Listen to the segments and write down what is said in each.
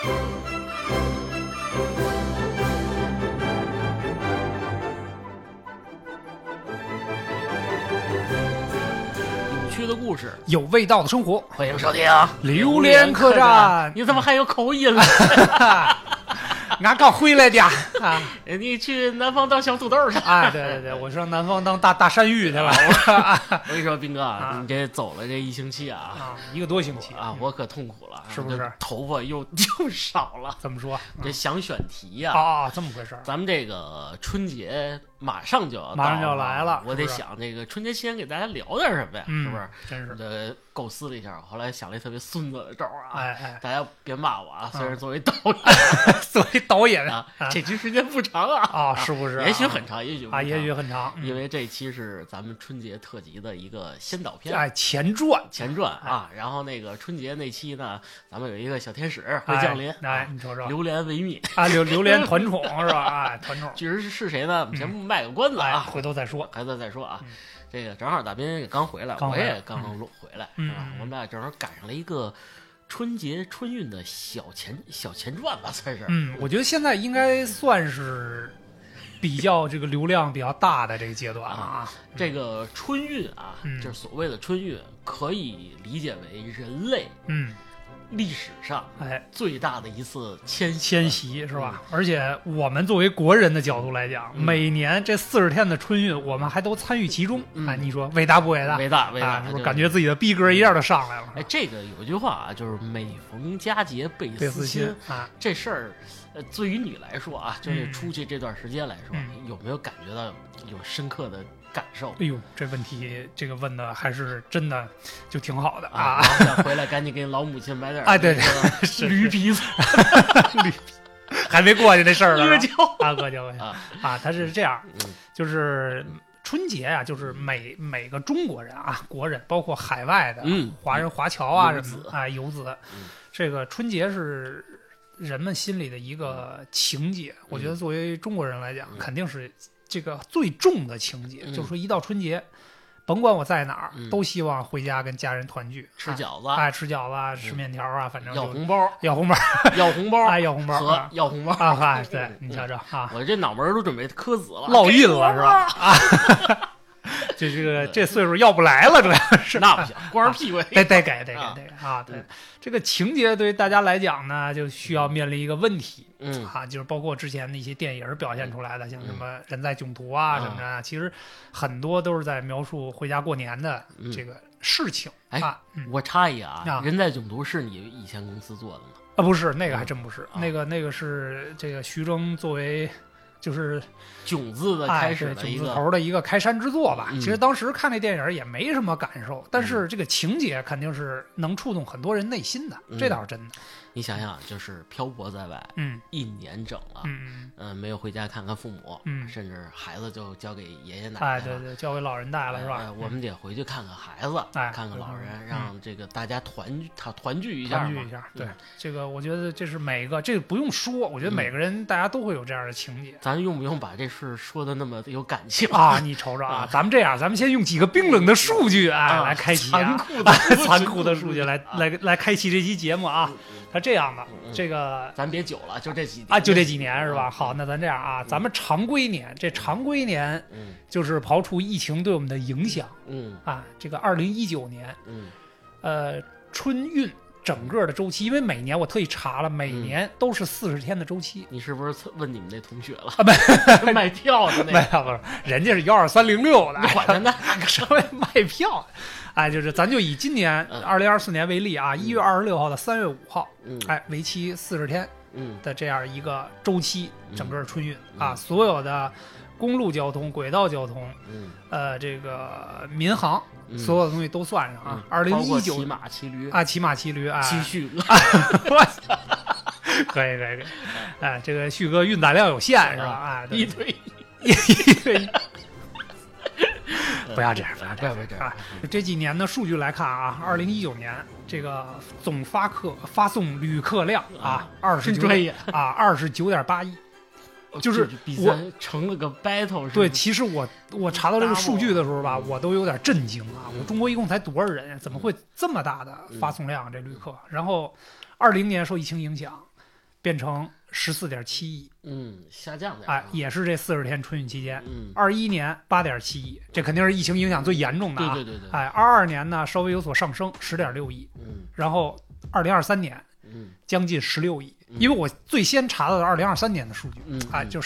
的故事， 有味道的生活， 欢迎收听榴莲客栈。 你怎么还有口音了？ 俺刚回来的啊！ 你去南方当小土豆去？ 哎，对，我上南方当大山芋去了。 我跟你说，斌哥啊，你这走了这1星期啊 ，1个多星期啊，我可痛苦了， 是不是？ 头发又少了。 怎么说？ 这想选题呀？ 啊，这么回事儿。 咱们这个春节马上就要来了， 我得想这个春节期间给大家聊点什么呀？是不是？ 真是。 这构思了一下，后来想了一特别孙子的招啊！ 哎， 大家别骂我啊！虽然作为导演， 作为导演啊，这期时间不长啊！ 是不是？ 也许很长，也许也许很长， 因为这期是咱们春节特辑的一个先导片， 前传啊。然后那个春节那期呢，咱们有一个小天使会降临， 你瞅瞅， 榴莲维密啊，榴莲团宠是吧？团宠， 具体是谁呢？先卖个关子啊， 回头再说啊。这个正好大斌也刚回来，我也刚回来，是吧？我们俩正好赶上了一个春运的小前传吧，算是。 我觉得现在应该算是比较这个流量比较大的这个阶段啊。 这个春运啊，就是所谓的春运，可以理解为人类历史上最大的一次迁徙是吧？而且我们作为国人的角度来讲，每年这40天的春运，我们还都参与其中。你说伟大不伟大？ 伟大， 是不是感觉自己的逼格一下就上来了？ 这个有句话啊，就是每逢佳节倍思亲啊。 这事儿，对于你来说啊，就是出去这段时间来说，有没有感觉到有深刻的感受？ 哎呦，这问题这个问的还是真的就挺好的啊！ 回来赶紧给老母亲买点对， 驴皮子， 还没过去那事儿呢。 阿胶啊，他是这样，就是春节啊，就是每个中国人啊，国人包括海外的华人华侨啊什么啊游子，这个春节是人们心里的一个情节。我觉得作为中国人来讲，肯定是这个最重的情节，就是说一到春节，甭管我在哪儿，都希望回家跟家人团聚， 吃饺子， 吃饺子，吃面条啊，反正要红包， 要红包， 要红包和要红包啊！对，你瞧瞧啊， 我这脑门都准备磕紫了， 烙印了是吧？啊。这岁数要不来了，主要是那不行，光屁股得给啊！对，这个情节对于大家来讲呢，就需要面临一个问题，就是包括之前的一些电影表现出来的，像什么《人在囧途》啊什么的，其实很多都是在描述回家过年的这个事情我插一个啊，《人在囧途》是你以前公司做的吗？ 不是，那个还真不是，那个是这个徐峥作为。就是囧字的开始的囧字头的一个开山之作吧。其实当时看那电影也没什么感受，但是这个情节肯定是能触动很多人内心的，这倒是真的。 你想想，就是漂泊在外，1年整了，没有回家看看父母，甚至孩子就交给爷爷奶奶了， 对，交给老人带了是吧？ 我们得回去看看孩子，看看老人，让这个大家团聚一下。 对，这个我觉得这是每个，这个不用说，我觉得每个人大家都会有这样的情节。 咱用不用把这事说的那么有感情啊？你瞅瞅啊，咱们这样，咱们先用几个冰冷的数据来开启残酷的数据来开启这期节目啊。他这样的，这个咱别久了，就这几就这几年是吧？好，那咱这样啊，咱们常规年，就是刨除疫情对我们的影响，这个2019年，春运整个的周期，因为每年我特意查了，每年都是40天的周期。 你是不是问你们那同学了？ 没卖票的那个， 不是，人家是12306的， 你管他呢， 什么卖票的？就是咱就以今年2024年为例啊，1月26号到3月5号，为期40天的这样一个周期，整个春运所有的公路交通、轨道交通，这个民航。所有的东西都算上啊，2019 骑马骑驴骑旭哥， 可以，这个旭哥运载量有限是吧？ 一对不要这样啊！这几年的数据来看啊，2019年这个总发送旅客量29.8亿。就是我成了个 battle 是对，其实我查到这个数据的时候吧，我都有点震惊啊！我中国一共才多少人，怎么会这么大的发送量这旅客？然后20年受疫情影响， 变成14.7亿， 下降点， 哎，也是这40天春运期间，21年8.7亿，这肯定是疫情影响最严重的啊， 对， 哎，22年呢稍微有所上升，10.6亿，然后2023年，将近16亿，因为我最先查到的2023年的数据，就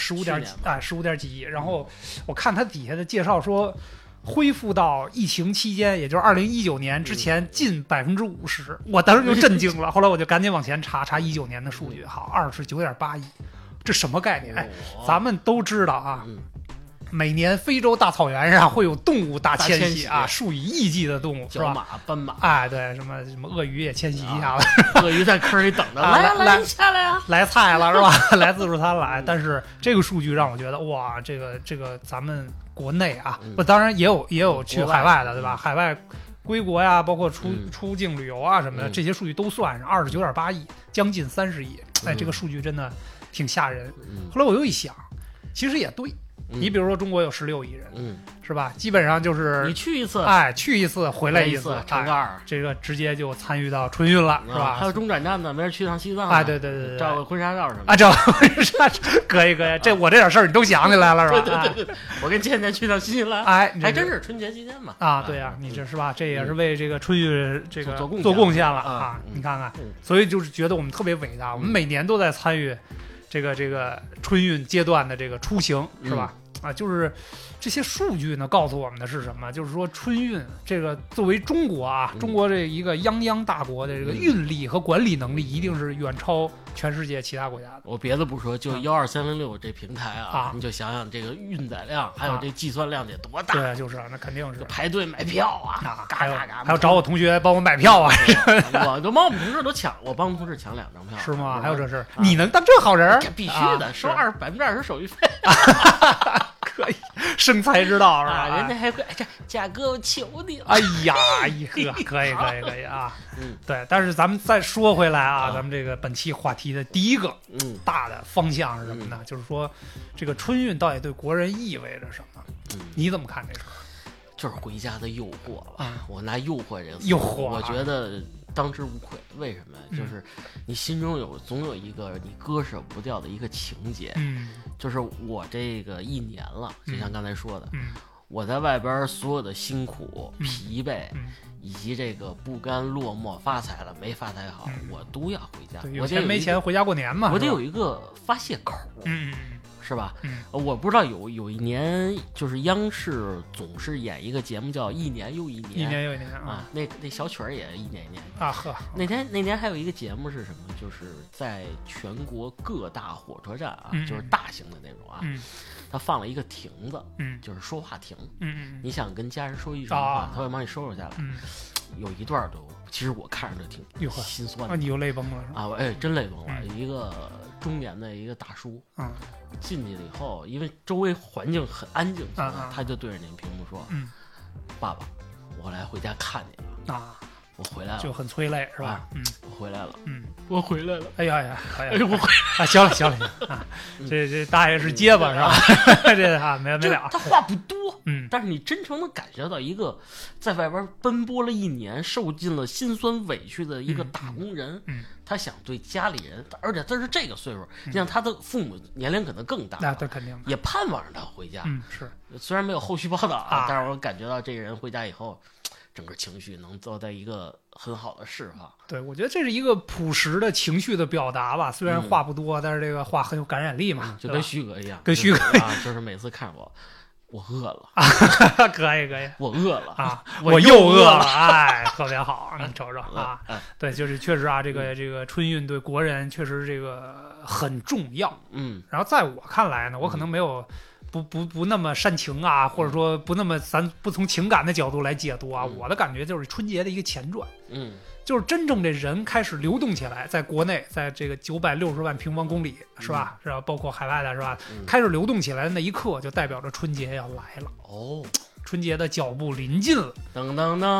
15几亿，然后我看它底下的介绍说。恢复到疫情期间，也就是2019年之前近50%，我当时就震惊了。后来我就赶紧往前查19年的数据，好，29.8亿，这什么概念？哎，咱们都知道啊，每年非洲大草原上会有动物大迁徙啊，数以亿计的动物，是吧？ 角马、斑马， 哎，对，什么鳄鱼也迁徙一下子， 鳄鱼在坑里等着，来下来呀， 来菜了是吧？来自助餐了。但是这个数据让我觉得，哇，这个咱们。国内啊，当然也有去海外的，对吧？海外归国呀，包括出境旅游啊什么的，这些数据都算上，29.8亿，将近30亿。哎，这个数据真的挺吓人。后来我又一想，其实也对。你比如说中国有16亿人，是吧？基本上就是你去一次， 哎，去一次回来一次， 乘2， 这个直接就参与到春运了，是吧？ 还有中转站呢，没人去趟西藏， 哎，对， 照个婚纱照什么的啊，照婚纱可以，我这点事儿你都想起来了，是吧？对，我跟倩倩去趟新西兰， 哎， 还真是春节期间嘛。 啊，对呀，你这是吧？这也是为这个春运这个做贡献了啊！你看看，所以就是觉得我们特别伟大，我们每年都在参与这个春运阶段的这个出行，是吧？啊，就是这些数据呢，告诉我们的是什么？就是说春运这个作为中国啊，中国这一个泱泱大国的这个运力和管理能力，一定是远超全世界其他国家的。 我别的不说，就12306这平台啊，你就想想这个运载量，还有这计算量得多大？ 对，就是那肯定是排队买票啊， 还有找我同学帮我买票啊， 我都帮我们同事都抢，我帮同事抢2张票， 是吗？还有这事，你能当这好人？ 必须的，收20%手续费。 可以，生财之道是吧？ 人家还会这价格我求你了。 哎呀，可以啊。对。但是咱们再说回来啊，咱们这个本期话题的第一个大的方向是什么呢？就是说，这个春运到底对国人意味着什么？你怎么看这事？ 就是回家的诱惑了。我拿诱惑这个词， 诱惑， 我觉得当之无愧。为什么？就是你心中总有一个你割舍不掉的一个情节。就是我这个1年了，就像刚才说的，我在外边所有的辛苦、疲惫，以及这个不甘落寞、发财了没发财好，我都要回家。 有钱没钱回家过年嘛， 我得有一个发泄口。是吧？我不知道有一年，就是央视总是演一个节目叫《一年又一年》， 一年又一年啊，那小曲儿也一年一年啊呵。 那年还有一个节目是什么？就是在全国各大火车站啊，就是大型的那种啊，他放了一个亭子，就是说话亭，你想跟家人说一声话，他会帮你收拾下来。有一段都，其实我看着就挺心酸的。 你又泪崩了啊！哎，真泪崩了。一个中年的一个大叔，进去了以后，因为周围环境很安静，他就对着那个屏幕说：“爸爸，我来回家看你了啊！我回来了。” 就很催泪是吧？ 我回来了，我回来了。 哎呀， 我回啊！行了啊！这大爷是结巴是吧？这啊没了。 他话不多，但是你真诚的感觉到一个在外边奔波了1年、受尽了辛酸委屈的一个打工人，他想对家里人，而且他是这个岁数，你像他的父母年龄可能更大， 那肯定也盼望着他回家。 是， 虽然没有后续报道啊，但是我感觉到这个人回家以后，整个情绪能做到一个很好的释放。 对，我觉得这是一个朴实的情绪的表达吧。虽然话不多，但是这个话很有感染力嘛， 就跟徐哥一样， 跟徐哥就是每次看我饿了可以， 我饿了啊，我又饿了，哎，特别好，你瞅瞅啊，对，就是确实啊，这个春运对国人确实这个很重要，然后在我看来呢，我可能没有不那么煽情啊，或者说不那么咱不从情感的角度来解读啊，我的感觉就是春节的一个前传，就是真正这人开始流动起来，在国内，在这个960万平方公里，是吧？然后包括海外的，是吧？开始流动起来的那一刻，就代表着春节要来了。春节的脚步临近了， 等，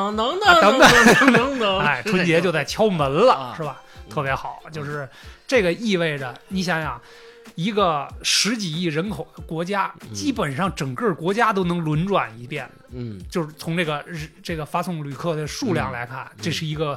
哎，春节就在敲门了，是吧？特别好，就是这个意味着，你想想。一个10几亿人口的国家，基本上整个国家都能轮转一遍。就是从这个发送旅客的数量来看，这是一个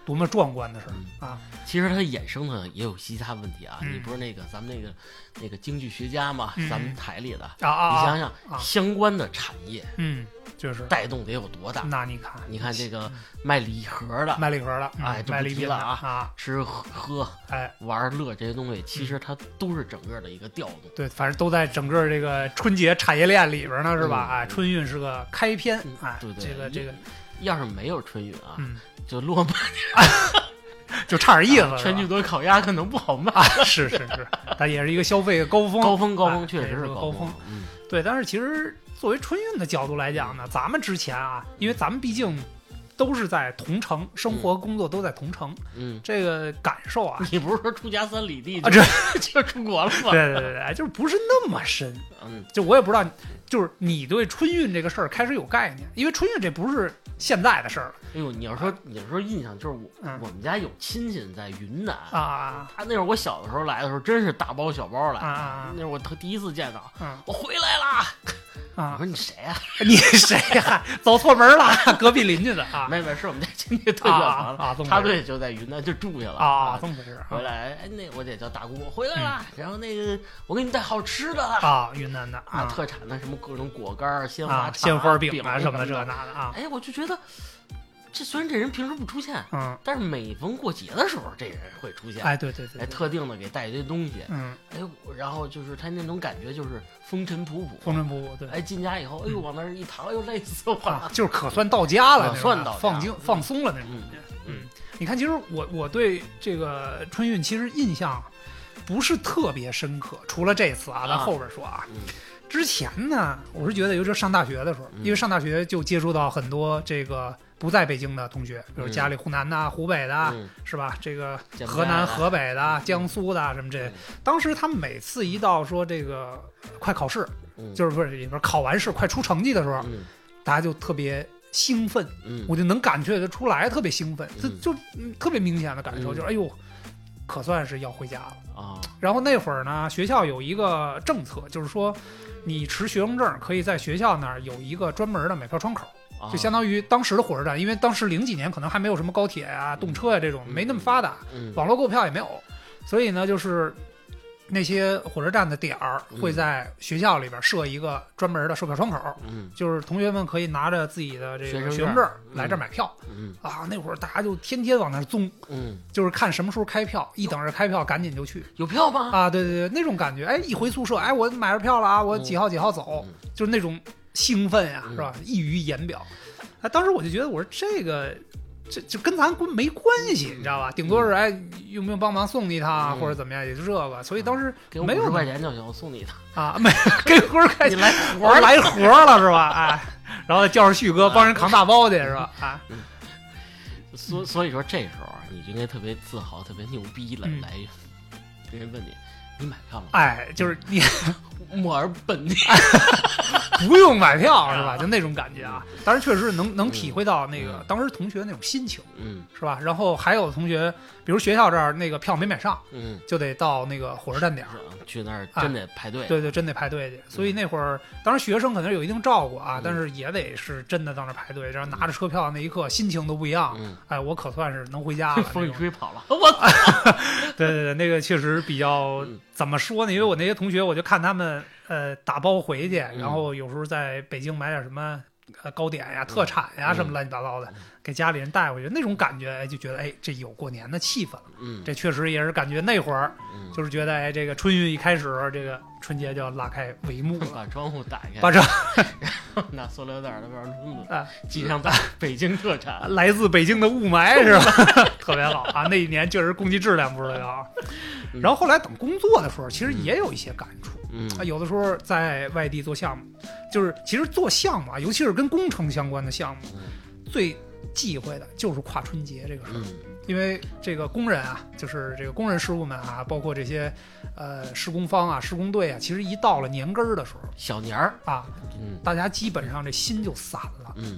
多么壮观的事啊！ 其实它衍生的也有其他问题啊。你不是咱们那个经济学家嘛，咱们台里的你想想相关的产业， 就是带动得有多大？ 那你看这个卖礼盒的，哎， 卖礼品了啊，吃喝玩乐这些东西，其实它都是整个的一个调动。 对，反正都在整个这个春节产业链里边呢，是吧？哎，春运是个开篇，哎， 对， 这个， 要是没有春运啊，就落寞。 就差点意思， 全聚德烤鸭可能不好卖是，它也是一个消费高峰， 确实是高峰。对，但是其实作为春运的角度来讲呢，咱们之前啊，因为咱们毕竟都是在同城，生活工作都在同城，这个感受啊， 你不是说出家3里地就出国了吗？ 对，就是不是那么深。就我也不知道，就是你对春运这个事儿开始有概念，因为春运这不是现在的事儿。 哎呦，你要说印象，就是我们家有亲戚在云南啊， 他那会儿我小的时候来的时候，真是大包小包来那会儿我第一次见到，我回来啦。我说你谁呀？ 你谁呀？走错门了，隔壁邻居的啊？ 没，是我们家亲戚特远房插队就在云南就住下了啊，这么回事。 回来，那我得叫大姑，我回来了。然后那个我给你带好吃的啊，云南的特产的什么各种果干、鲜花饼啊什么的这那的啊。 哎，我就觉得。虽然这人平时不出现，但是每逢过节的时候，这人会出现。 哎，对， 特定的给带一堆东西。然后就是他那种感觉就是风尘仆仆，对。进家以后，往那儿一躺，累死我了， 就是可算到家了， 算到放松了那种感觉。你看，其实我对这个春运其实印象不是特别深刻，除了这次啊，咱后边说啊。之前呢，我是觉得，尤其是上大学的时候，因为上大学就接触到很多这个不在北京的同学，比如家里湖南的、湖北的，是吧？这个河南、河北的、江苏的什么这，当时他们每次一到说这个快考试，就是不是考完试快出成绩的时候，大家就特别兴奋，我就能感觉得出来，特别兴奋，就特别明显的感受就是，哎呦。可算是要回家了啊！然后那会儿呢，学校有一个政策，就是说，你持学生证可以在学校那儿有一个专门的买票窗口，就相当于当时的火车站，因为当时00几年可能还没有什么高铁啊、动车啊这种没那么发达，网络购票也没有，所以呢，就是那些火车站的点儿会在学校里边设一个专门的售票窗口，就是同学们可以拿着自己的这个学生证来这儿买票，那会儿大家就天天往那儿综，就是看什么时候开票，一等着开票赶紧就去。 有票吗？ 啊，对，那种感觉，哎，一回宿舍，哎，我买着票了啊，我几号走，就是那种兴奋呀，是吧？溢于言表。当时我就觉得，我说这个。这跟咱没关系，你知道吧？顶多是用不用帮忙送你一趟，或者怎么样，也就这个。所以当时没有 50块钱就行，我送你一趟啊，没给50块钱， 你来活了是吧？哎，然后叫上旭哥帮人扛大包去是吧？啊， 所以说这时候你就应该特别自豪、特别牛逼了，来别人问你买票了吗？ 哎，就是你墨尔本地不用买票是吧？就那种感觉啊。当然确实能体会到那个当时同学那种心情，是吧？然后还有同学，比如学校这儿那个票没买上，就得到那个火车站点去那儿真得排队， 对，真得排队去。所以那会儿，当然学生可能有一定照顾啊，但是也得是真的到那儿排队，然后拿着车票那一刻心情都不一样。哎，我可算是能回家了， 风一吹跑了，我对，那个确实比较怎么说呢？因为我那些同学，我就看他们打包回去，然后有时候在北京买点什么糕点呀、特产呀什么乱七八糟的，给家里人带回去，那种感觉就觉得这有过年的气氛了。这确实也是感觉那会儿就是觉得这个春运一开始，这个春节就要拉开帷幕了， 把窗户打开， 然后拿塑料袋的外边tú子系上北京特产， 来自北京的雾霾是吧？特别好啊！那一年确实空气质量不是特别好。然后后来等工作的时候，其实也有一些感触。有的时候在外地做项目，就是其实做项目啊，尤其是跟工程相关的项目，最忌讳的就是跨春节这个事儿。因为这个工人啊，就是这个工人师傅们啊，包括这些施工方啊、施工队啊，其实一到了年根儿的时候， 小年儿啊，大家基本上这心就散了。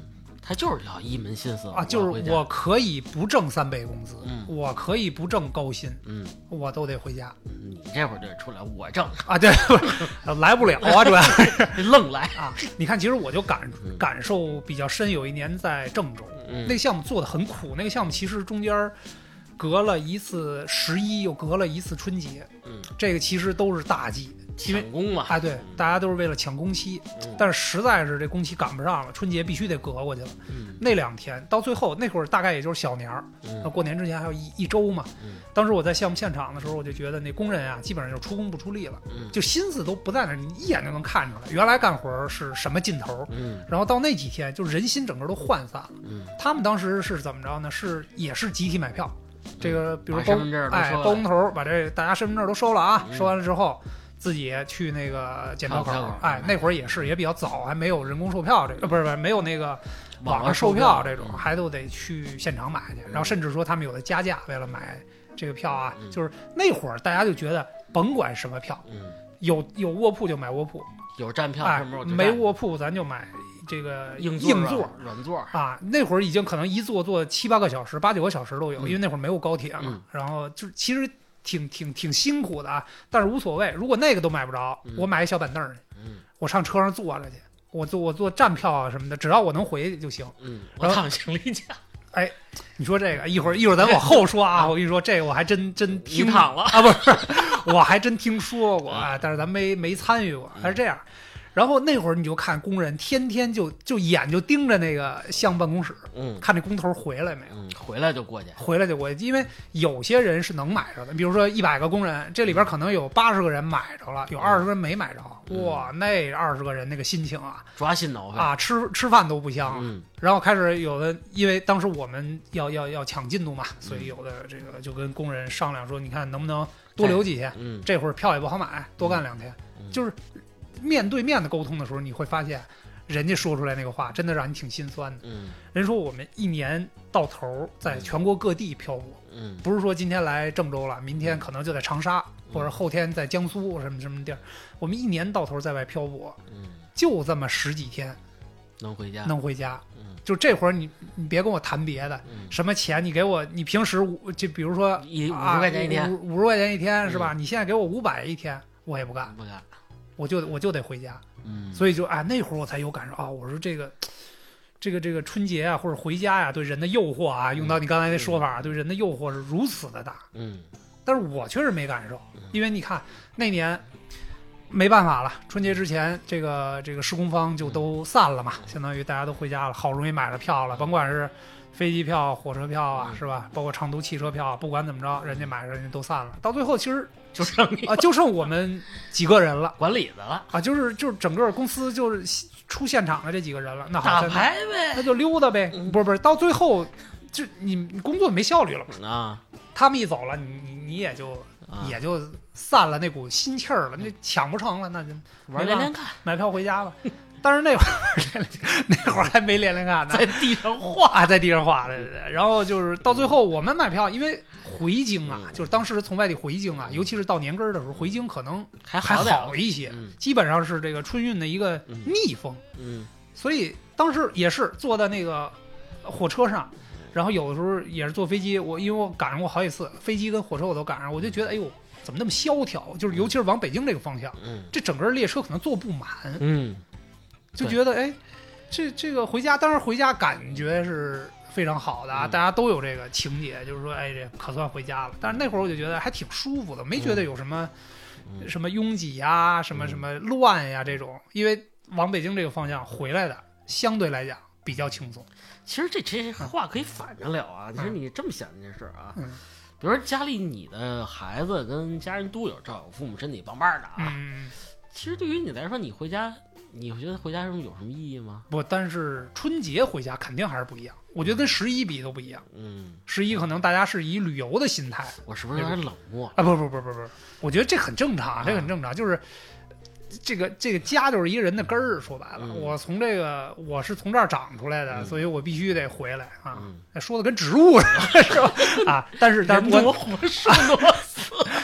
他就是要一门心思啊，就是我可以不挣3倍工资，我可以不挣高薪，我都得回家。 你这会儿就出来我挣啊，对，来不了啊，主要是愣来啊。你看，其实我就感受比较深，有一年在郑州，那个项目做的很苦，那个项目其实中间隔了一次11，又隔了一次春节，这个其实都是大忌。 抢工嘛， 哎，对，大家都是为了抢工期，但是实在是这工期赶不上了，春节必须得隔过去了。那2天到最后那会儿大概也就是小年儿，那过年之前还有一周嘛。当时我在项目现场的时候，我就觉得那工人啊，基本上就出工不出力了，就心思都不在那儿，你一眼就能看出来，原来干活是什么劲头。然后到那几天，就人心整个都涣散了。他们当时是怎么着呢？也是集体买票，这个比如包工头把这大家身份证都收了啊，收完了之后。自己去那个检票口，哎，那会儿也比较早，还没有人工售票这个，不是没有那个网上售票这种，还都得去现场买去。然后甚至说他们有的加价，为了买这个票啊，就是那会儿大家就觉得甭管什么票，有卧铺就买卧铺， 有站票没卧铺咱就买这个硬座、 软座啊。那会儿已经可能一坐7、8个小时、8、9个小时都有，因为那会儿没有高铁嘛。然后就其实。挺辛苦的啊，但是无所谓。如果那个都买不着，我买一小板凳去，我上车上坐着去，我坐站票啊什么的，只要我能回去就行。 我躺行李架。 哎，你说这个一会儿咱往后说啊。我跟你说，这个我还真听躺了啊，不是，我还真听说过啊，但是咱没参与过，还是这样。然后那会儿你就看工人天天就眼就盯着那个项目办公室，看这工头回来没有， 回来就过去， 因为有些人是能买着的，比如说100个工人，这里边可能有80个人买着了，有20个人没买着，哇，那20个人那个心情啊， 抓心挠肺啊，吃饭都不香。然后开始有的，因为当时我们要抢进度嘛，所以有的这个就跟工人商量说，你看能不能多留几天，这会儿票也不好买，多干2天，就是。面对面的沟通的时候，你会发现，人家说出来那个话，真的让你挺心酸的。人说我们1年到头在全国各地漂泊，不是说今天来郑州了，明天可能就在长沙，或者后天在江苏什么地儿，我们1年到头在外漂泊，就这么10几天能回家。就这会儿你别跟我谈别的，什么钱你给我，你平时就比如说 50块钱一天 ，50块钱一天是吧？你现在给我500一天，我也不干。我就得回家，所以就那会儿我才有感受啊！我说这个春节啊，或者回家呀，对人的诱惑啊，用到你刚才那说法，对人的诱惑是如此的大。但是我确实没感受，因为你看那年没办法了，春节之前这个施工方就都散了嘛，相当于大家都回家了，好容易买了票了，甭管是飞机票、火车票啊，是吧？包括长途汽车票，不管怎么着，人家都散了。到最后其实。就剩我们几个人了， 管理的了啊，就是整个公司就是出现场的这几个人了，那好， 打牌呗， 那就溜达呗，不是，到最后就你工作没效率了啊， 他们一走了，你也就散了那股心气儿了，那抢不成了，那就玩连连看， 买票回家吧。但是那会儿还没连连看呢， 在地上画， 对。然后就是到最后我们买票，因为回京啊，就是当时从外地回京啊，尤其是到年根儿的时候，回京可能还好一些，基本上是这个春运的一个逆风。所以当时也是坐在那个火车上，然后有的时候也是坐飞机，因为我赶上过好几次，飞机跟火车我都赶上，我就觉得哎呦，怎么那么萧条？就是尤其是往北京这个方向，这整个列车可能坐不满。就觉得哎，这个回家，当然回家感觉是非常好的啊，大家都有这个情节，就是说哎，这可算回家了。但是那会儿我就觉得还挺舒服的，没觉得有什么什么拥挤呀、什么乱呀这种，因为往北京这个方向回来的相对来讲比较轻松。 其实这些话可以反着聊啊，其实你这么想这件事啊，比如说家里你的孩子跟家人都有照顾，父母身体棒棒的啊，其实对于你来说，你回家。你觉得回家有什么意义吗？ 不，但是春节回家肯定还是不一样。我觉得跟11比都不一样。11可能大家是以旅游的心态。 我是不是有点冷漠啊？不，我觉得这很正常，这很正常。就是这个家就是一个人的根儿，说白了，我是从这儿长出来的，所以我必须得回来啊。说的跟植物似的，是吧？啊，但是我活说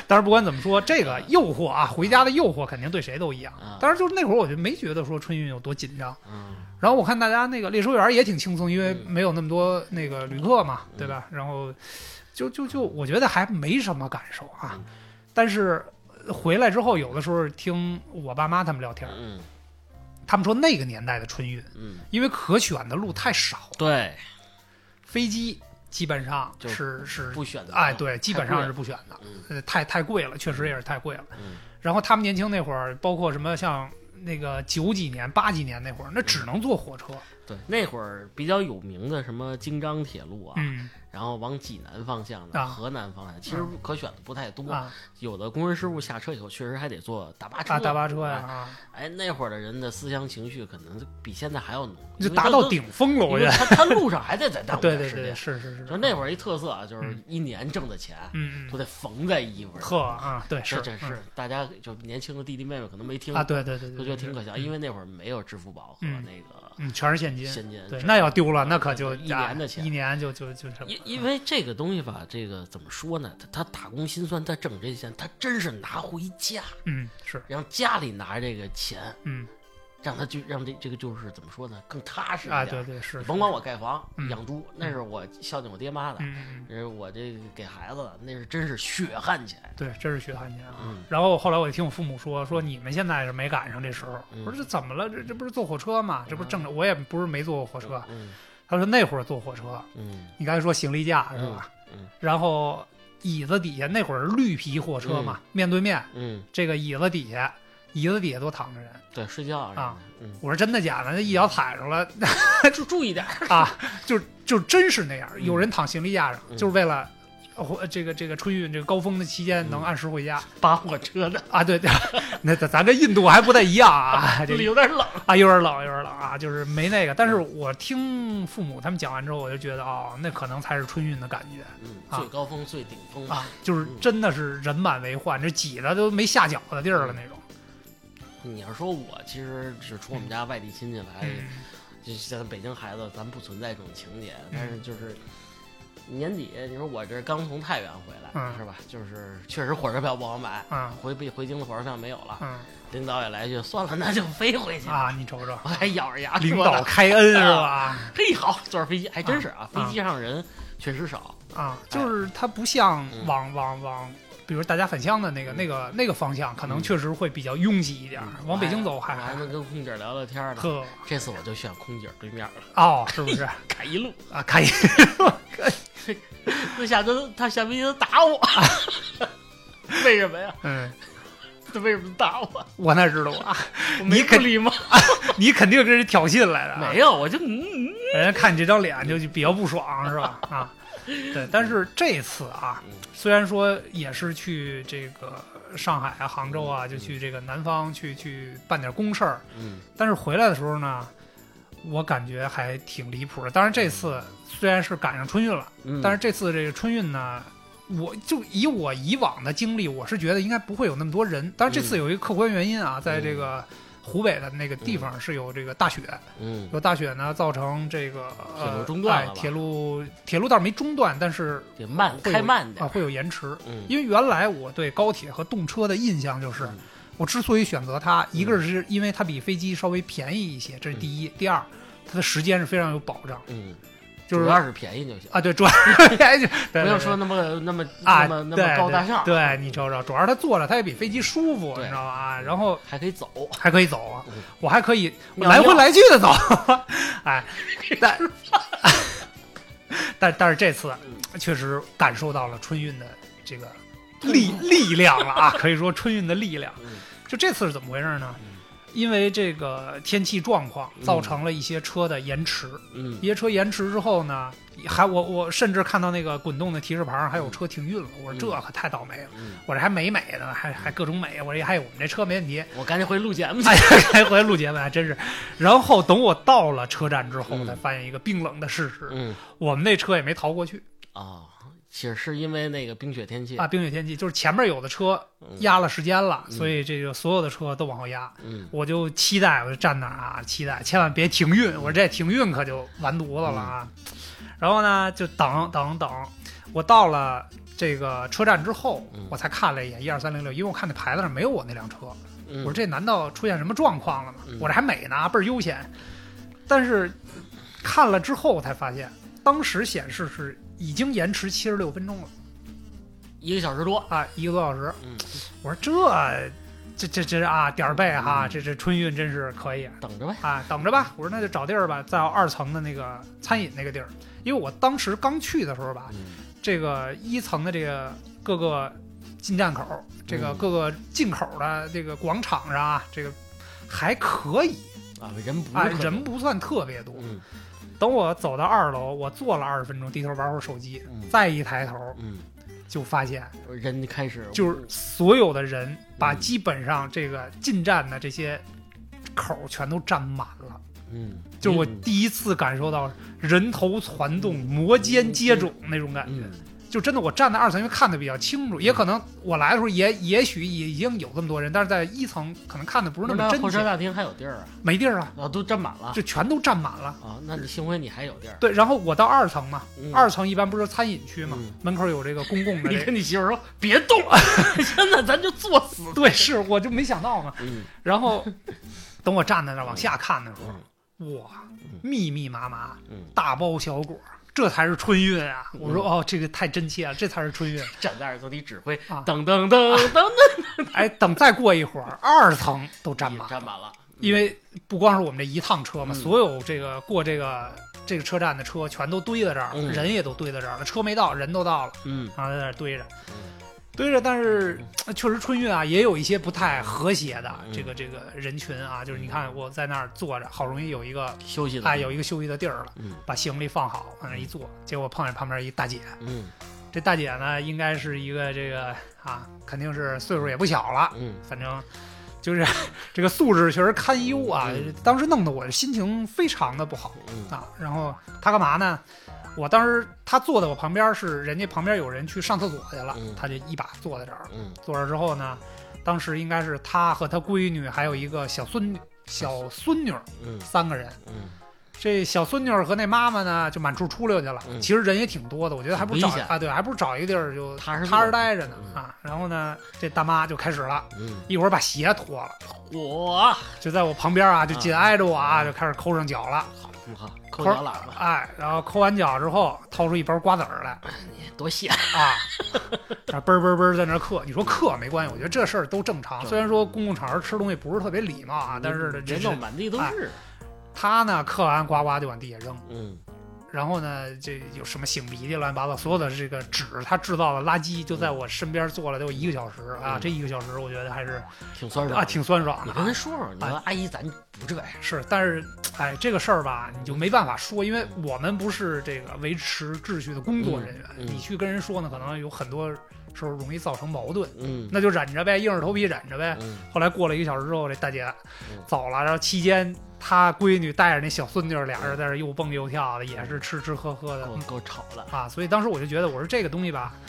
但是不管怎么说，这个诱惑啊，回家的诱惑肯定对谁都一样。当然就是那会儿我就没觉得说春运有多紧张。然后我看大家那个猎车园也挺轻松，因为没有那么多那个旅客嘛，对吧？然后就我觉得还没什么感受啊。但是回来之后，有的时候听我爸妈他们聊天，他们说那个年代的春运，因为可选的路太少了， 对， 飞机基本上是不选的， 哎，对，基本上是不选的，太贵了，确实也是太贵了。然后他们年轻那会儿，包括什么像那个90几年、80几年那会儿，那只能坐火车。 对，那会儿比较有名的什么京张铁路啊，然后往济南方向的、河南方向，其实可选的不太多。有的工人师傅下车以后，确实还得坐大巴车。 大巴车呀！ 哎，那会儿的人的思想情绪可能比现在还要浓， 就达到顶峰了。我觉得他路上还得再耽误点时间。 对，是。 就那会儿一特色啊，就是一年挣的钱，都得缝在衣服上。 啊，对， 这是大家就年轻的弟弟妹妹可能没听啊，对，都觉得挺可笑，因为那会儿没有支付宝和那个， 全是现金。对， 那要丢了，那可就一年的钱， 一年就因为这个东西吧，这个怎么说呢？他打工心酸，他挣这钱，他真是拿回家， 是让家里拿这个钱，让他就让这个就是怎么说呢，更踏实一点啊。对，是。 甭管我盖房、养猪，那是我孝敬我爹妈的，那是我这个给孩子的，那是真是血汗钱。 对，真是血汗钱啊。然后后来我就听我父母说你们现在是没赶上这时候。我说这怎么了？这不是坐火车吗？这不是正着？我也不是没坐过火车。他说那会儿坐火车，你刚才说行李架是吧？然后椅子底下那会儿绿皮火车嘛，面对面，这个椅子底下都躺着人。 对，睡觉啊。我说真的假的？那一脚踩上了， 就注意点啊！就真是那样，有人躺行李架上，就是为了这个春运这个高峰的期间能按时回家。 扒火车的啊，对，那咱这印度还不太一样啊，这有点冷啊，有点冷啊，就是没那个。但是我听父母他们讲完之后，我就觉得那可能才是春运的感觉。 最高峰、最顶峰啊，就是真的是人满为患，这挤的都没下脚的地儿了那种。 你要说我其实只从我们家外地亲戚来，就像北京孩子，咱不存在这种情节。但是就是年底，你说我这刚从太原回来，是吧？就是确实火车票不好买，回京的火车票没有了。领导也来句，算了，那就飞回去啊！你瞅瞅， 我还咬着牙， 领导开恩是吧？ 嘿，好，坐上飞机还真是啊，飞机上人确实少啊，就是它不像往。比如大家返乡的那个方向，可能确实会比较拥挤一点。往北京走还能跟空姐聊聊天呢。 呵， 这次我就选空姐对面了。 哦，是不是？ 开一路啊，开一路。 他下飞机打我，为什么呀？他为什么打我？ 我哪知道啊？ 你不礼貌， 你肯定这是挑衅来的。 没有，我就人家看你这张脸就比较不爽，是吧？啊。对，但是这次啊，虽然说也是去这个上海啊、杭州啊，就去这个南方去办点公事儿，但是回来的时候呢，我感觉还挺离谱的。当然这次虽然是赶上春运了，但是这次这个春运呢，我就以我以往的经历，我是觉得应该不会有那么多人。当然这次有一个客观原因啊，在这个湖北的那个地方是有这个大雪，有大雪呢，造成这个铁路中断了。 铁路倒是没中断，但是开慢点啊，会有延迟。因为原来我对高铁和动车的印象就是，我之所以选择它，一个是因为它比飞机稍微便宜一些，这是第一；第二，它的时间是非常有保障。 主要是便宜就行啊，对，主要是便宜， 不要说那么高大上。 对，你瞅瞅，主要是它坐着它也比飞机舒服，你知道吧？然后还可以走啊，我还可以来回来去的走，哎，但是这次确实感受到了春运的这个力量了啊，可以说春运的力量。就这次是怎么回事呢？因为这个天气状况造成了一些车的延迟，一些车延迟之后呢，我甚至看到那个滚动的提示牌上还有车停运了，我说这可太倒霉了，我这还美的，还各种美，我这还有我们这车没问题， 我赶紧回录节目去， 还回来录节目还真是。然后等我到了车站之后，才发现一个冰冷的事实，我们那车也没逃过去啊。其实是因为那个冰雪天气啊，冰雪天气就是前面有的车压了时间了，所以这个所有的车都往后压。我就期待，我就站那儿啊，期待千万别停运，我这停运可就完犊子了啊。然后呢，就等，我到了这个车站之后，我才看了一眼12306，因为我看那牌子上没有我那辆车，我说这难道出现什么状况了吗？我这还美呢，倍儿悠闲。但是看了之后我才发现，当时显示是已经延迟76分钟了 ，1个小时多啊，1个多小时。我说这啊点儿背哈，这春运真是可以， 等着呗啊，等着吧。我说那就找地儿吧，在2层的那个餐饮那个地儿，因为我当时刚去的时候吧，这个1层的这个各个进站口，这个各个进口的这个广场上啊，这个还可以啊， 人不算特别多。等我走到2楼，我坐了20分钟，低头玩会儿手机，再一抬头，就发现人开始就是所有的人把基本上这个进站的这些口全都占满了。就是我第一次感受到人头攒动、摩肩接踵那种感觉。就真的我站在2层，因为看得比较清楚，也可能我来的时候也许已经有这么多人，但是在1层可能看的不是那么真切。 候车大厅还有地儿啊？ 没地儿啊， 都占满了， 就全都占满了啊。那你幸亏你还有地儿。 对，然后我到2层嘛，2层一般不是餐饮区嘛，门口有这个公共的。 你跟你媳妇说别动，现在咱就作死。 对，是我就没想到嘛。然后等我站在那往下看的时候，哇，密密麻麻，大包小果。这才是春运啊！我说哦，这个太真切了，这才是春运。 站在2层你指挥，噔噔噔噔噔。 哎，等再过一会儿，2层都占满了。 因为不光是我们这一趟车嘛，所有这个过这个车站的车全都堆在这儿，人也都堆在这儿了。车没到，人都到了，然后在那儿堆着。但是确实春运啊，也有一些不太和谐的这个人群啊，就是你看我在那儿坐着，好容易有一个休息的， 有一个休息的地儿了，把行李放好，往那一坐，结果碰见旁边一大姐，这大姐呢应该是一个这个啊，肯定是岁数也不小了，反正就是这个素质确实堪忧啊，当时弄得我心情非常的不好啊。然后她干嘛呢？我当时他坐在我旁边，是人家旁边有人去上厕所去了，他就一把坐在这儿。坐这之后呢，当时应该是他和他闺女还有一个小孙女，3个人。这小孙女和那妈妈呢，就满处出溜去了。其实人也挺多的，我觉得还不如找还不如找一个地儿就踏实待着呢啊。然后呢，这大妈就开始了，一会儿把鞋脱了， 我就在我旁边啊，就紧挨着我啊，就开始抠上脚了。 抠脚喇叭， 然后抠完脚之后，掏出一包瓜子儿来， 你多咸啊！嘣嘣在那嗑，你说嗑没关系，我觉得这事儿都正常。虽然说公共场合吃东西不是特别礼貌啊，但是人都满地都是。 他呢，嗑完呱呱就往地下扔，然后呢，这有什么擤鼻涕乱七八糟，所有的这个纸他制造的垃圾就在我身边坐了得有1个小时啊！这1个小时我觉得还是挺酸爽啊，挺酸爽的。 你跟人说说，你说阿姨咱不这样是，但是哎，这个事儿吧，你就没办法说，因为我们不是这个维持秩序的工作人员，你去跟人说呢，可能有很多时候容易造成矛盾，那就忍着呗，硬着头皮忍着呗。后来过了1个小时之后，这大姐走了，然后期间她闺女带着那小孙女俩人在这又蹦又跳的，也是吃吃喝喝的， 够吵的啊！所以当时我就觉得，我说这个东西吧，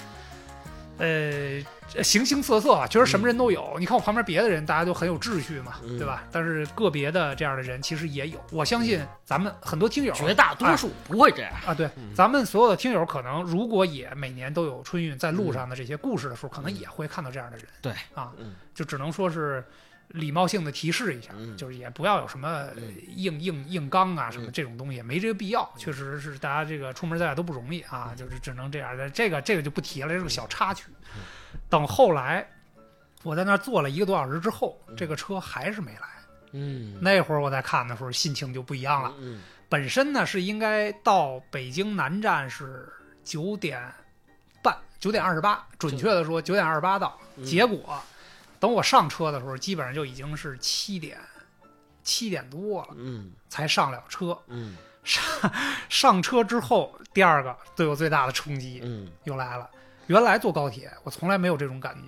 形形色色啊，确实什么人都有。你看我旁边别的人，大家都很有秩序嘛，对吧？但是个别的这样的人其实也有。我相信咱们很多听友， 绝大多数不会这样啊。对，咱们所有的听友可能如果也每年都有春运在路上的这些故事的时候，可能也会看到这样的人。 对啊，就只能说是礼貌性的提示一下，就是也不要有什么硬刚啊什么这种东西，也没这个必要。确实是大家这个出门在外都不容易啊，就是只能这样的。这个就不提了，这是个小插曲。等后来我在那儿坐了1个多小时之后，这个车还是没来。那会儿我在看的时候心情就不一样了。本身呢是应该到北京南站是9点半，9点28，准确的说9点28到。结果等我上车的时候，基本上就已经是7点多了，才上了车。上车之后，第二个对我最大的冲击，又来了。原来坐高铁，我从来没有这种感觉。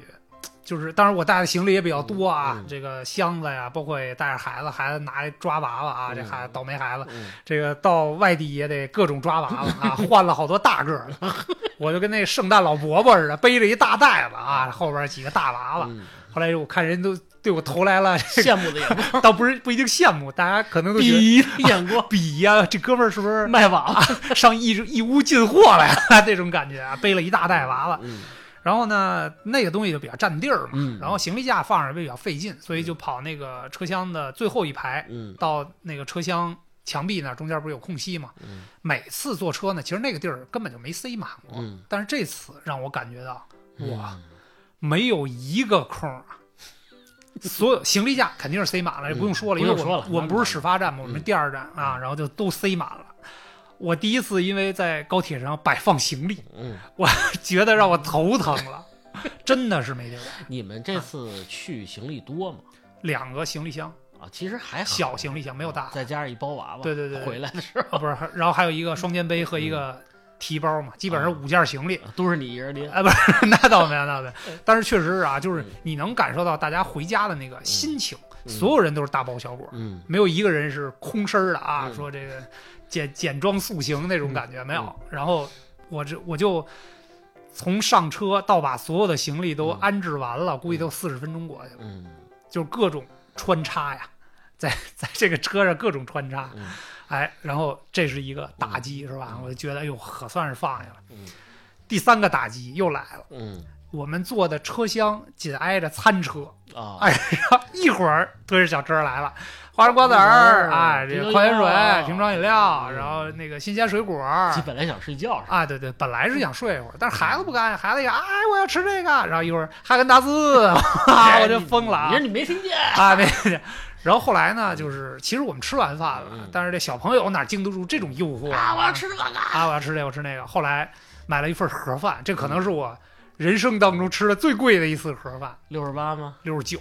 就是当然我带的行李也比较多啊，这个箱子呀，包括也带着孩子拿来抓娃娃啊，这孩子倒霉孩子，这个到外地也得各种抓娃娃啊，换了好多大个的，我就跟那圣诞老伯伯似的，背着一大袋子啊，后边几个大娃娃。后来我看人都对我投来了羡慕的眼光， 倒不一定羡慕，大家可能都觉得鄙夷的眼光， 比呀，这哥们儿是不是卖娃娃上义乌进货来了这种感觉啊，背了一大袋娃娃。然后呢，那个东西就比较占地儿嘛，然后行李架放上也比较费劲，所以就跑那个车厢的最后一排，到那个车厢墙壁那儿中间不是有空隙嘛？每次坐车呢，其实那个地儿根本就没塞满过，但是这次让我感觉到，哇，没有一个空啊！所有行李架肯定是塞满了，也不用说了，因为我们不是始发站嘛，我们第二站啊，然后就都塞满了。我第一次因为在高铁上摆放行李，我觉得让我头疼了，真的是没地儿。 你们这次去行李多吗 ？2个行李箱啊，其实还好， 小行李箱没有大， 再加上一包娃娃。 对对对， 回来的时候不是，然后还有一个双肩背和一个提包嘛，基本上5件行李都是你一人拎。 不是，那倒没有，那倒没有。但是确实是啊，就是你能感受到大家回家的那个心情，所有人都是大包小裹，没有一个人是空身的啊，说这个。简装塑形那种感觉没有，然后我就从上车到把所有的行李都安置完了，估计都40分钟过去了，就各种穿插呀，在这个车上各种穿插，哎，然后这是一个打击是吧？我就觉得哎呦，可算是放下了。第3个打击又来了，我们坐的车厢紧挨着餐车啊， 哎，然后一会儿推着小车来了。花生瓜子儿，哎，这个矿泉水、瓶装饮料，然后那个新鲜水果。 你本来想睡觉是吧？ 啊，对对，本来是想睡一会儿，但是孩子不干，孩子也哎，我要吃这个，然后一会儿哈根达斯，我就疯了啊！ 你说你没听见啊？没听见。然后后来呢，就是其实我们吃完饭了，但是这小朋友哪经得住这种诱惑啊？我要吃这个啊！我要吃这个，我吃那个。后来买了一份盒饭，这可能是我人生当中吃的最贵的一次盒饭 ，68吗 ？69，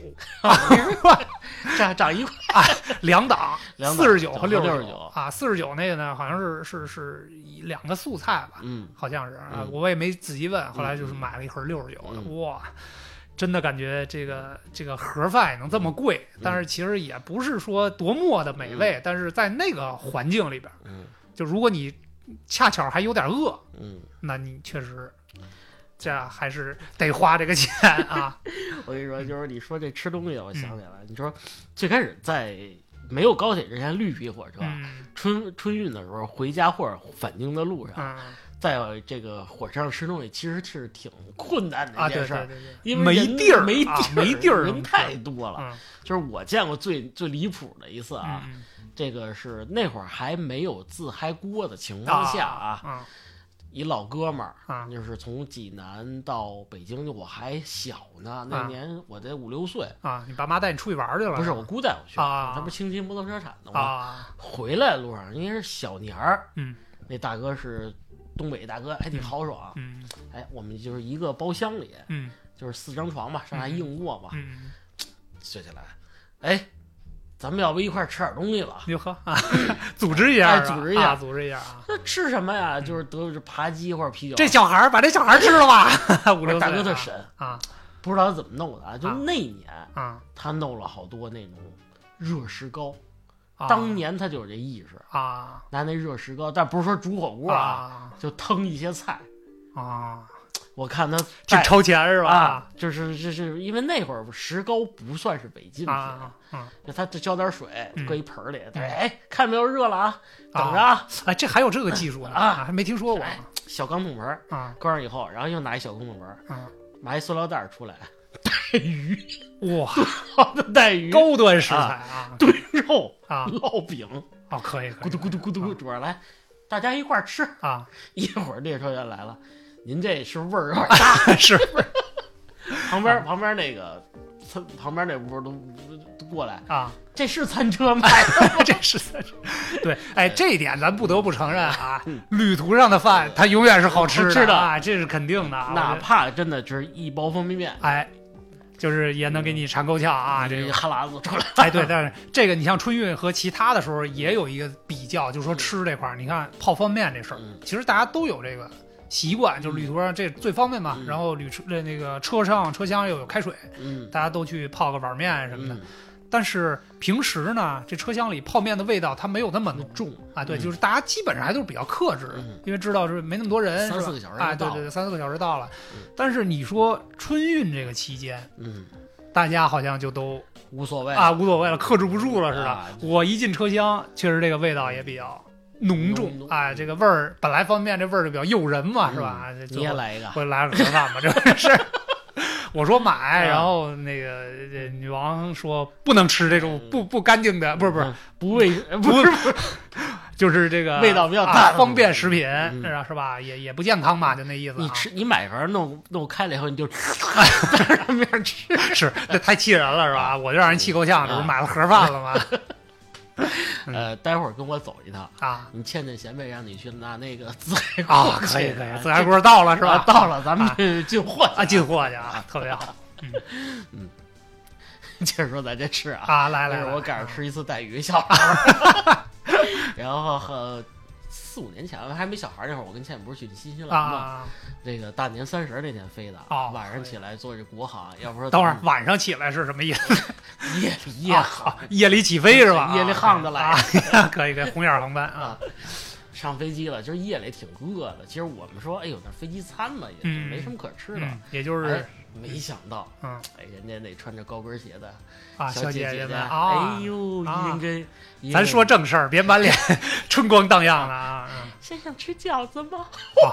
涨1块 ，2档，49和 69 啊，49那个呢，好像是2个素菜吧，好像是啊，我也没仔细问，后来就是买了一盒69的，哇，真的感觉这个盒饭也能这么贵，但是其实也不是说多么的美味，但是在那个环境里边，就如果你恰巧还有点饿，那你确实。这还是得花这个钱啊！ 我跟你说，就是你说这吃东西，我想起来了。你说最开始在没有高铁之前，绿皮火车春运的时候回家或者返京的路上，在这个火车上吃东西，其实是挺困难的一件事儿，因为没地儿， 没地儿，人太多了。就是我见过最离谱的一次啊，这个是那会儿还没有自嗨锅的情况下啊。一老哥们儿，就是从济南到北京，我还小呢，那年我得5、6岁啊。你爸妈带你出去玩去了？ 不是，我姑带我去啊。 他不是青青摩托车厂的吗？回来路上应该是小年儿，那大哥是东北大哥，还挺豪爽。哎，我们就是一个包厢里，就是4张床吧，上下硬卧嘛，睡起来，哎。咱们要不一块吃点东西吧？ 哟呵啊，组织一下， 组织一下。 那吃什么呀？就是得扒鸡或者啤酒。 这小孩把这小孩吃了吧？5、6岁， 大哥特神啊， 不知道他怎么弄的啊。就那年啊，他弄了好多那种热石膏。当年他就有这意识啊， 拿那热石膏，但不是说煮火锅啊，就腾一些菜啊。 我看他挺超前是吧？ 就是因为那会儿石膏不算是违禁品，就他浇点水，搁一盆里，哎，看没有热了啊，等着啊！ 哎，这还有这个技术呢啊，还没听说过。 小钢桶盆啊，关上以后，然后又拿一小钢桶盆，拿一塑料袋出来，带鱼， 哇， 好的带鱼， 高端食材啊， 炖肉啊，烙饼， 哦，可以， 咕嘟咕嘟咕嘟，煮上来，大家一块儿吃啊！ 一会儿列车员来了。您这是味儿有点大， 是旁边那个旁边那屋都过来啊， 这是餐车吗？ 这是餐车。对，哎，这一点咱不得不承认啊，旅途上的饭它永远是好吃的啊，这是肯定的。 哪怕真的就是一包方便面， 哎，就是也能给你馋够呛啊，这个哈喇子出来。 哎，对，但是这个你像春运和其他的时候也有一个比较，就是说吃这块儿，你看泡方便面这事儿，其实大家都有这个习惯，就是旅途上这最方便嘛。然后那个车厢又有开水，大家都去泡个碗面什么的。但是平时呢，这车厢里泡面的味道它没有那么重啊，对，就是大家基本上还都是比较克制，因为知道是没那么多人 ，3-4个小时啊，对，3-4个小时到了。但是你说春运这个期间，大家好像就都无所谓了，克制不住了似的。我一进车厢，确实这个味道也比较浓重啊，这个味儿本来方便这味儿就比较诱人嘛，是吧？ 你也来一个， 我来个盒饭吧，这是。我说买，然后那个女王说不能吃这种不干净的，不是，就是这个味道比较大， 方便食品是吧？也不健康嘛，就那意思。 你买盒弄开了以后，你就在上面吃，这太气人了是吧？我就让人气够呛，这不买了盒饭了吗？ 待会儿跟我走一趟啊！ 你欠闲辈，让你去拿那个自嗨锅。可以，自嗨锅到了是吧？ 到了，咱们去进货啊，进货去啊，特别好。 接着说咱这吃啊， 来， 我赶上吃一次带鱼，小孩。然后4-5年前还没小孩那会儿，我跟倩不是去新西兰嘛？这个大年30那天飞的，晚上起来坐这国航，要不说等会儿晚上起来是什么意思？ 夜里起飞是吧？ 夜里航的来， 可以，红眼航班啊。 上飞机了，就是夜里挺饿的。其实我们说，哎呦，那飞机餐嘛，也没什么可吃的， 也就是没想到，人家那穿着高跟鞋的小姐姐们， 哎呦， 咱说正事儿，别满脸春光荡漾的啊！ 想吃饺子吗？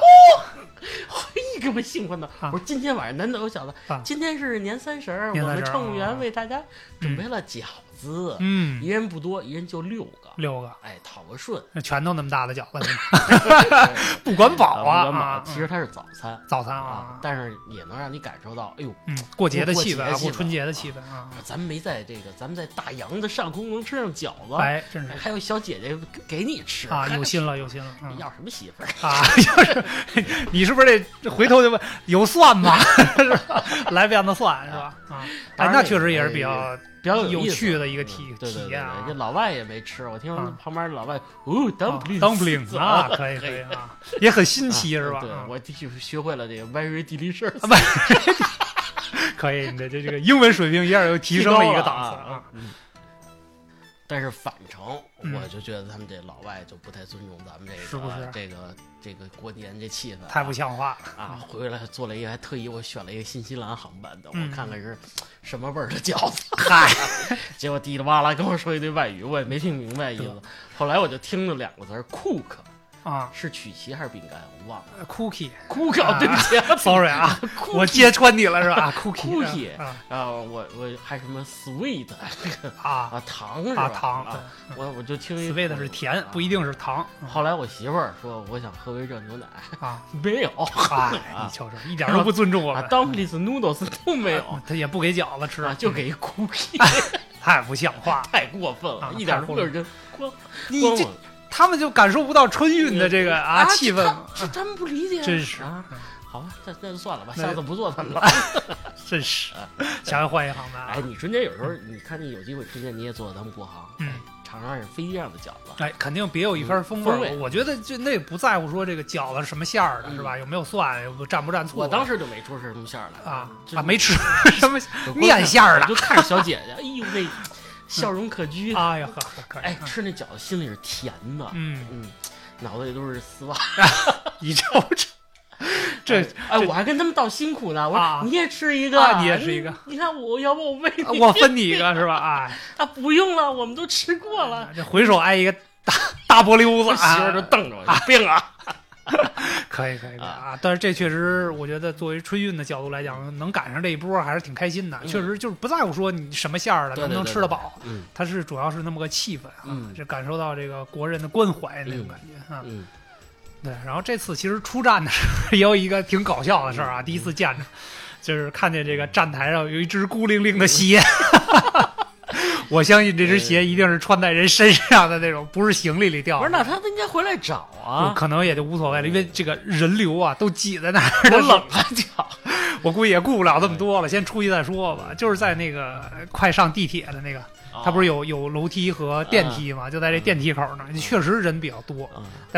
嘿，给我兴奋的！我说今天晚上难得有饺子，今天是年30，我们乘务员为大家准备了饺子，一人不多，一人就6个，哎，讨个顺， 拳头那么大的饺子，不管饱啊！ 其实它是早餐啊， 但是也能让你感受到，哎呦， 过节的气氛，过春节的气氛啊！ 咱们没在咱们在大洋的上空能吃上饺子， 哎，真是还有小姐姐给你吃啊，有心了， 你要什么媳妇儿啊？就是你是不是这回头就问有蒜吗？是吧？来遍的蒜是吧？啊，哎，那确实也是比较有趣的一个体验啊！ 这老外也没吃，我听旁边的老外 dumpling 啊，可以啊，也很新奇是吧？ 对，我学会了这个 very delicious， 可以，你的这个英文水平一下又提升了一个档次啊。 但是反程，我就觉得他们这老外就不太尊重咱们这个过年这气氛， 太不像话了啊！回来做了一个，还特意我选了一个新西兰航班的，我看看是什么味儿的饺子。 嗨， 结果滴里哇啦跟我说一堆外语，我也没听明白意思。后来我就听了2个字 ，cook。 啊， 是曲奇还是饼干？我忘了。 Cookie， 对不起 ，sorry 啊，我揭穿你了是吧 ？Cookie，我还什么 sweet 糖是吧？ 糖， 我就听 sweet 是甜，不一定是糖。 后来我媳妇儿说，我想喝杯热牛奶啊， 没有你瞧瞧，一点都不尊重我们。 Dumplings noodles 都没有， 他也不给饺子吃， 就给 cookie， 太不像话， 太过分了，一点都不认真。 你这。他们就感受不到春运的这个气氛， 是他们不理解， 真是啊。好吧，那就算了吧，下次不做他们了。 真是，想要换一航班。 哎，你春节有时候，你看你有机会春节你也坐他们国航，尝尝飞机上的饺子， 哎，肯定别有一番风味。我觉得就那不在乎说这个饺子什么馅儿的，是吧？有没有蒜，有蘸不蘸醋？ 我当时就没说是什么馅儿的啊，没吃什么面馅儿的， 就看着小姐姐，哎呦那。笑容可掬， 哎呀呵， 哎，吃那饺子心里是甜的，脑子里都是丝袜， 你瞅瞅，这我还跟他们道辛苦呢，我说你也吃一个， 你也吃一个， 你看我要不我喂你， 我分你一个是吧？哎， 不用了，我们都吃过了， 这回手挨一个大波溜子， 媳妇就瞪着我，病啊！ 可以啊！但是这确实，我觉得作为春运的角度来讲，能赶上这一波还是挺开心的。确实就是不在乎说你什么馅儿的，能不能吃得饱，它是主要是那么个气氛啊，就感受到这个国人的关怀那种感觉啊。对，然后这次其实出站的时候也有一个挺搞笑的事儿啊，第一次见着，就是看见这个站台上有一只孤零零的鞋。我相信这只鞋一定是穿在人身上的那种，不是行李里掉的。 不是，那他应该回来找啊。 可能也就无所谓了，因为这个人流啊都挤在那儿， 我冷啊脚。 我估计也顾不了这么多了，先出去再说吧。就是在那个快上地铁的那个，它不是有楼梯和电梯嘛？就在这电梯口那儿，确实人比较多。但是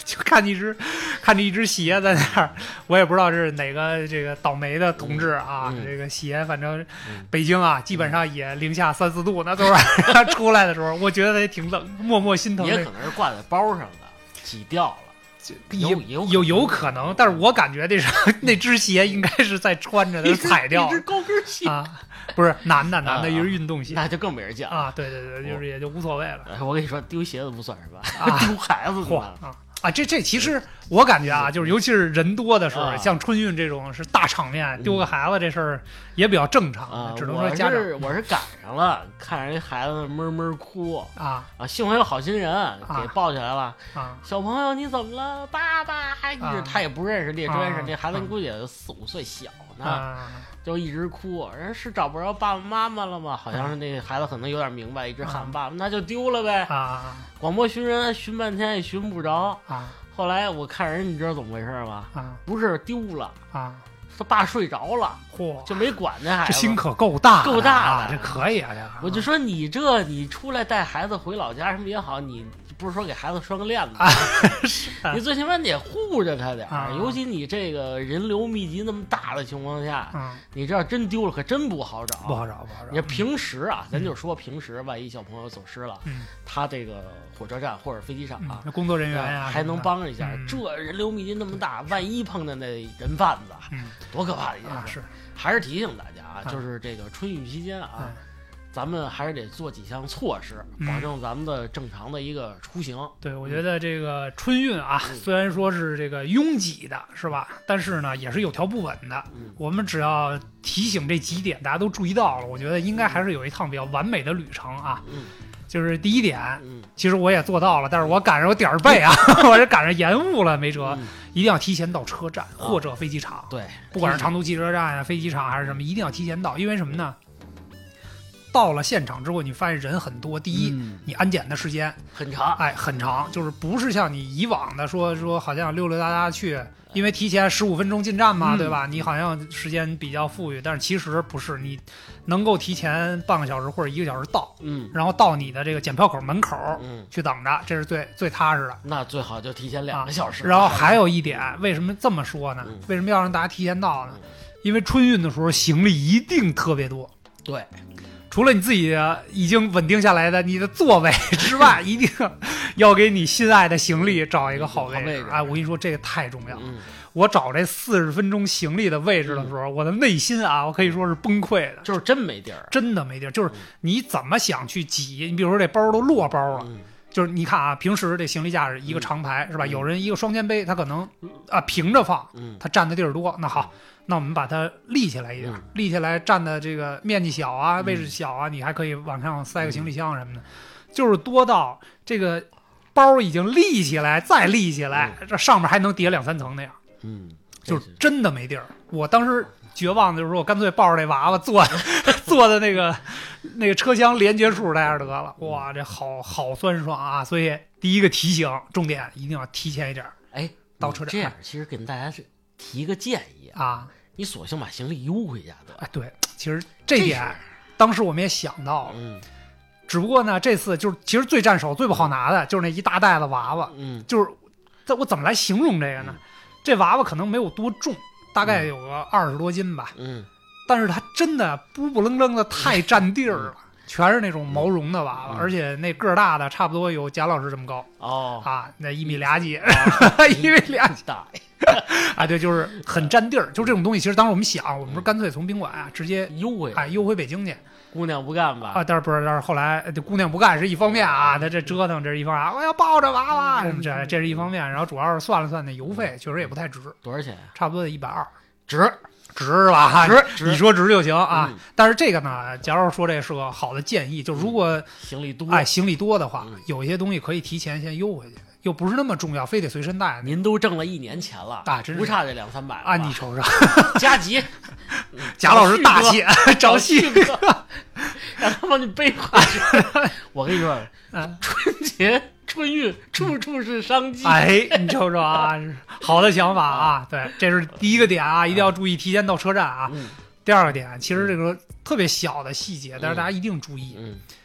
就看着一只鞋在那儿，我也不知道是哪个这个倒霉的同志啊，这个鞋反正北京啊，基本上也零下3、4度呢，昨晚上出来的时候，我觉得也挺冷，默默心疼。 也可能是挂在包上的，挤掉了。 有可能，但是我感觉那只鞋应该是在穿着的踩掉， 一只高跟鞋啊，不是男的一只运动鞋， 那就更没人讲啊。对，就是也就无所谓了。 我跟你说，丢鞋子不算是吧？丢孩子啊，这其实我感觉啊，就是尤其是人多的时候，像春运这种是大场面，丢个孩子这事儿也比较正常，只能说家长。 我是赶上了，看人孩子闷哭啊， 幸亏有好心人给抱起来了啊。 小朋友你怎么了？爸爸，他也不认识列专上，这孩子估计也就4、5岁小呢。就一直哭，人是找不着爸爸妈妈了吗？好像是那孩子可能有点明白，一直喊爸爸，那就丢了呗。广播寻人寻半天也寻不着。后来我看人，你知道怎么回事吗？不是丢了他爸睡着了，就没管这孩子。 这心可够大的， 这可以啊！这我就说你出来带孩子回老家什么也好，你不是说给孩子拴个链子，你最起码得护着他点尤其你这个人流密集那么大的情况下，你这要真丢了可真不好找。 不好找。 你平时啊，咱就说平时，万一小朋友走失了，他这个火车站或者飞机场啊， 工作人员呀还能帮一下。这人流密集那么大，万一碰见那人贩子，多可怕的一件事！还是提醒大家啊，就是这个春运期间啊。咱们还是得做几项措施，保证咱们的正常的一个出行。 对，我觉得这个春运啊，虽然说是这个拥挤的，是吧？但是呢，也是有条不紊的。我们只要提醒这几点，大家都注意到了，我觉得应该还是有一趟比较完美的旅程啊。就是第一点，其实我也做到了，但是我赶上我点儿背啊，我是赶上延误了，没辙，一定要提前到车站或者飞机场。 对， 不管是长途汽车站啊、飞机场还是什么，一定要提前到，因为什么呢？到了现场之后，你发现人很多。第一，你安检的时间很长， 很长，就是不是像你以往的说好像溜溜达达去，因为提前15分钟进站嘛，对吧？你好像时间比较富裕，但是其实不是，你能够提前半个小时或者1个小时到，然后到你的这个检票口门口，去等着，这是最踏实的。 那最好就提前2个小时。 然后还有一点，为什么这么说呢？为什么要让大家提前到呢？因为春运的时候行李一定特别多。 对。 除了你自己已经稳定下来的你的座位之外，一定要给你心爱的行李找一个好位置。我跟你说，这个太重要。我找这40分钟行李的位置的时候，我的内心啊，我可以说是崩溃的， 就是真没地儿， 真的没地儿。就是你怎么想去挤？你比如说这包都落包了。就是你看啊，平时这行李架是一个长排，是吧？有人一个双肩背，他可能平着放，他占的地儿多。那好，那我们把它立起来一点，立起来占的这个面积小啊，位置小啊，你还可以往上塞个行李箱什么的，就是多到这个包已经立起来，再立起来，这上面还能叠2、3层那样。就是真的没地儿。我当时绝望的就是说，我干脆抱着那娃娃坐在那个车厢连接处那样得了。哇，这好酸爽啊！所以第一个提醒，重点一定要提前一点。到车站这样，其实跟大家提个建议啊， 你索性把行李邮回家得。 对，其实这点当时我们也想到了。只不过呢，这次就是其实最占手、最不好拿的就是那一大袋子娃娃。就是我怎么来形容这个呢？这娃娃可能没有多重。大概有个20多斤吧，但是它真的不愣登的太占地儿了，全是那种毛绒的娃娃，而且那个儿大的差不多有贾老师这么高那1.2米，1.2米大对，就是很占地儿。就这种东西，其实当时我们想，我们说干脆从宾馆直接邮回北京去。 姑娘不干吧？ 但是后来这姑娘不干是一方面啊，她这折腾这是一方面，我要抱着娃娃什么这是一方面，然后主要是算了算那邮费，确实也不太值。 多少钱？ 差不多得120。 值是吧？ 值， 你说值就行啊。但是这个呢，假如说这是个好的建议，就如果行李多的话，有一些东西可以提前先邮回去。又不是那么重要，非得随身带。 您都挣了1年钱了真是不差这2、3百啊！你瞅瞅， 加急， 贾老师大气，找戏哥，让他帮你背回去。我跟你说，春节春运处处是商机。 你瞅瞅啊，好的想法啊！对，这是第一个点啊，一定要注意提前到车站啊。第二个点，其实这个特别小的细节，但是大家一定注意。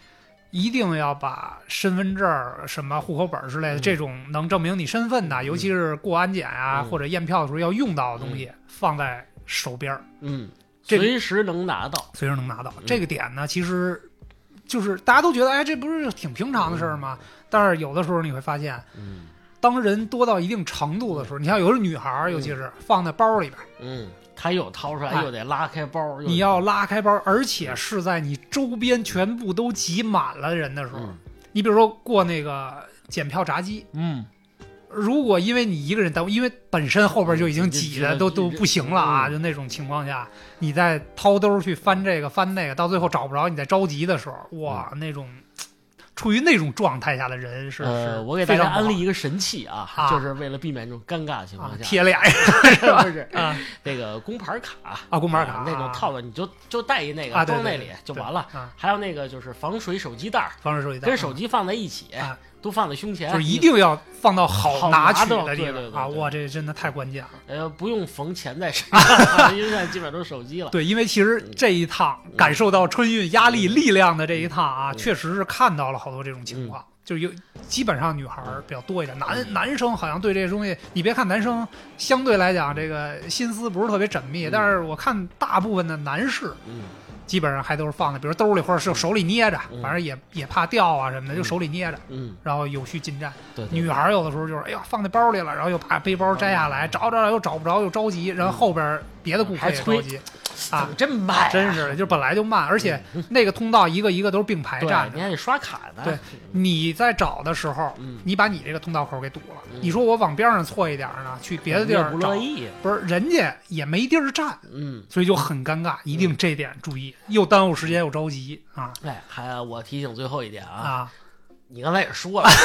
一定要把身份证、什么户口本之类的这种能证明你身份的，尤其是过安检啊或者验票的时候要用到的东西，放在手边。 随时能拿到， 随时能拿到。这个点呢，其实就是大家都觉得，哎，这不是挺平常的事儿吗？但是有的时候你会发现，当人多到一定程度的时候，你像有的女孩，尤其是放在包里边， 他又掏出来，又得拉开包， 你要拉开包，而且是在你周边全部都挤满了人的时候，你比如说过那个检票闸机，如果因为你一个人因为本身后边就已经挤的都不行了啊，就那种情况下，你再掏兜去翻这个翻那个，到最后找不着，你再着急的时候，哇，那种处于那种状态下的人是我给大家安利一个神器啊，就是为了避免这种尴尬的情况下， 贴脸是吧？不是那个工牌卡啊，工牌卡那种套的，你就带一那个装那里就完了。还有那个就是防水手机袋，跟手机放在一起。都放在胸前， 就是一定要放到好拿取的地方啊！哇，这真的太关键了。 不用缝钱在身上，因为现在基本上都是手机了。 对，因为其实这一趟感受到春运压力力量的这一趟啊，确实是看到了好多这种情况。就是基本上女孩比较多一点，男生好像对这个东西，你别看男生相对来讲这个心思不是特别缜密，但是我看大部分的男士，基本上还都是放在比如兜里或者是手里捏着，反正也怕掉啊什么的，就手里捏着，然后有序进站。女孩有的时候就是哎呀放在包里了，然后又把背包摘下来，找又找不着，又着急，然后后边别的顾客也着急。 啊，真慢， 真是的，就本来就慢，而且那个通道一个一个都是并排站着， 你还得刷卡呢。 对，你在找的时候，你把你这个通道口给堵了，你说我往边上错一点呢，去别的地儿找，不是人家也没地儿站，所以就很尴尬，一定这点注意，又耽误时间又着急啊。 哎，还我提醒最后一点啊。你刚才也说了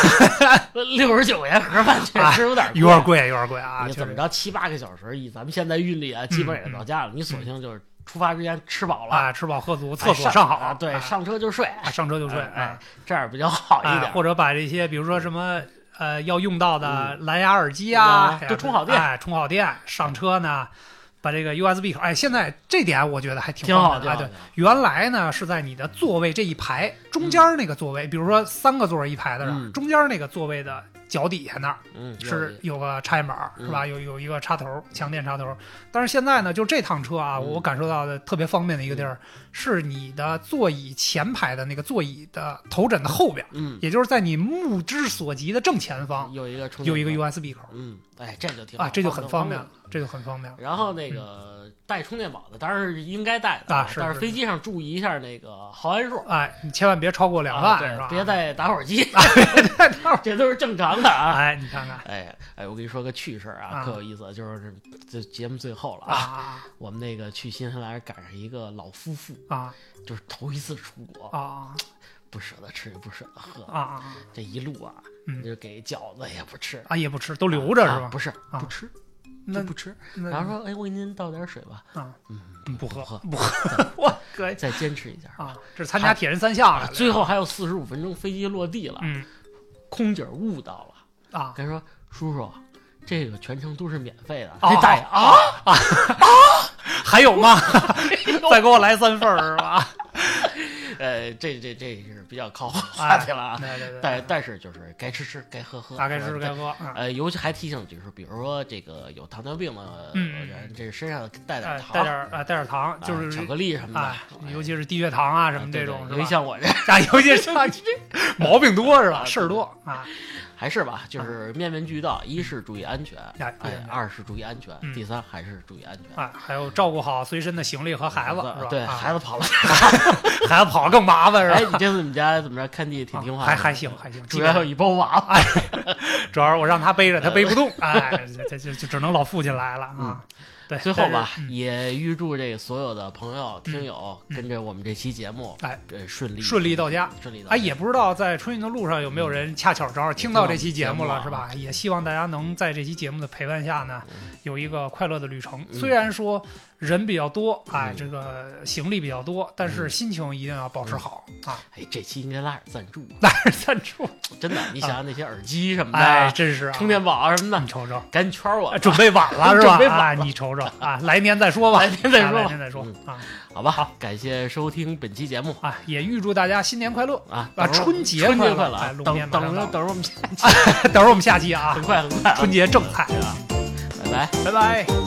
，69元盒饭确实有点贵啊！ 你怎么着7、8个小时，以咱们现在运力啊，基本也到家了。你索性就是出发之前吃饱了啊，吃饱喝足，厕所上好， 对，上车就睡， 上车就睡， 这样比较好一点。 或者把这些，比如说什么要用到的蓝牙耳机啊， 都充好电， 充好电，上车呢。把这个 USB 口，现在这点我觉得还挺好的。对，原来呢是在你的座位这一排中间那个座位，比如说3个座一排的人，中间那个座位的脚底下那儿，是有个插线板，是吧？有一个插头，强电插头。但是现在呢，就这趟车啊，我感受到的特别方便的一个地儿，是你的座椅前排的那个座椅的头枕的后边，也就是在你目之所及的正前方有一个 USB 口， 这就挺好， 这就很方便了。这就很方便。 然后那个带充电宝的，当然是应该带的但是飞机上注意一下那个毫安数， 你千万别超过2万，是吧？ 别带打火机，这都是正常的啊。 你看看， 我跟你说个趣事啊，可有意思，就是这节目最后了啊，我们那个去新西兰赶上一个老夫妇啊， 就是头一次出国啊， 不舍得吃也不舍得喝啊， 这一路啊，就给饺子也不吃啊，也不吃，都留着是吧？ 不是，不吃。就不吃，然后说：“我给您倒点水吧。” 不喝， 我再坚持一下啊！这是参加铁人3项了， 最后还有45分钟，飞机落地了。空姐误到了啊， 跟说：“叔叔，这个全程都是免费的。” 这大爷还有吗？再给我来3份是吧？ 这是比较靠话题了啊。但是就是该吃吃，该喝喝， 该吃该喝。 尤其还提醒就是，比如说这个有糖尿病的人，这身上带点糖， 带点糖，就是巧克力什么的， 尤其是低血糖啊什么这种， 尤其像我这， 尤其像毛病多是吧？事儿多啊。 还是吧，就是面面俱到，一是注意安全，二是注意安全，第三还是注意安全还有照顾好随身的行李和孩子，是吧？ 对，孩子跑了， 孩子跑了更麻烦，是吧？ 你这次你们家怎么着看地挺听话的？ 还行， 主要有一包娃， 主要是我让他背着，他背不动，就只能老父亲来了啊。对， 最后吧，也预祝这个所有的朋友、听友跟着我们这期节目，顺利到家。也不知道在春运的路上有没有人恰巧正好听到这期节目了，是吧？也希望大家能在这期节目的陪伴下呢，有一个快乐的旅程。虽然说人比较多，这个行李比较多，但是心情一定要保持好啊！ 这期应该拉点赞助，真的，你想想那些耳机什么的， 真是充电宝什么的， 你瞅瞅， 赶紧圈我， 准备晚了是吧？你瞅瞅来年再说吧， 来年再说啊！ 好吧，好，感谢收听本期节目也预祝大家新年快乐啊！ 春节快乐！ 等我们下期， 等会儿我们下期啊， 很快， 春节正菜啊！拜拜。